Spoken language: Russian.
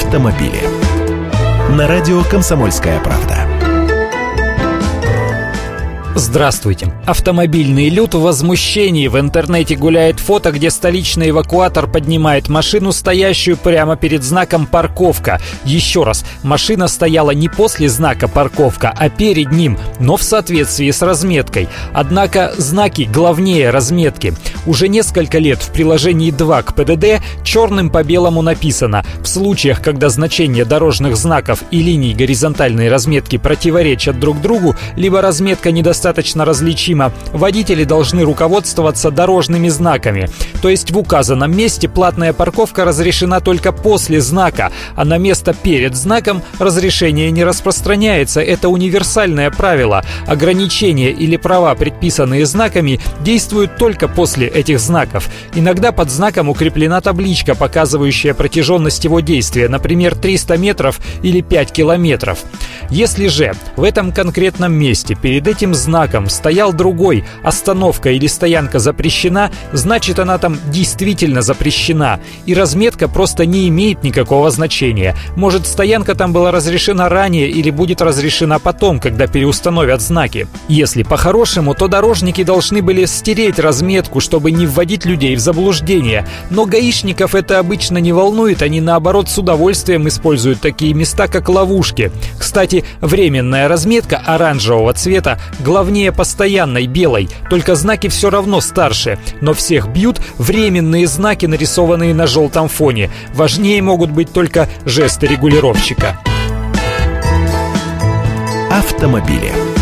автомобили. На радио «Комсомольская правда». Здравствуйте. Автомобильный люд в возмущении. В интернете гуляет фото, где столичный эвакуатор поднимает машину, стоящую прямо перед знаком «Парковка». Еще раз, машина стояла не после знака «Парковка», а перед ним, но в соответствии с разметкой. Однако знаки главнее разметки. Уже несколько лет в приложении 2 к ПДД черным по белому написано: в случаях, когда значения дорожных знаков и линий горизонтальной разметки противоречат друг другу, либо разметка недостаточно различима, водители должны руководствоваться дорожными знаками. То есть в указанном месте платная парковка разрешена только после знака, а на место перед знаком разрешение не распространяется. Это универсальное правило. Ограничения или права, предписанные знаками, действуют только после этих знаков. Иногда под знаком укреплена табличка, показывающая протяженность его действия, например, 300 метров или 5 километров. Если же в этом конкретном месте перед этим знаком стоял другой: остановка или стоянка запрещена, значит, она там действительно запрещена, и разметка просто не имеет никакого значения. Может, стоянка там была разрешена ранее или будет разрешена потом, когда переустановят знаки. Если по-хорошему, то дорожники должны были стереть разметку, чтобы не вводить людей в заблуждение. Но гаишников это обычно не волнует, они наоборот с удовольствием используют такие места, как ловушки. Кстати, временная разметка оранжевого цвета главнее постоянной белой, только знаки все равно старше. Но всех бьют временные знаки, нарисованные на желтом фоне. Важнее могут быть только жесты регулировщика. Автомобили.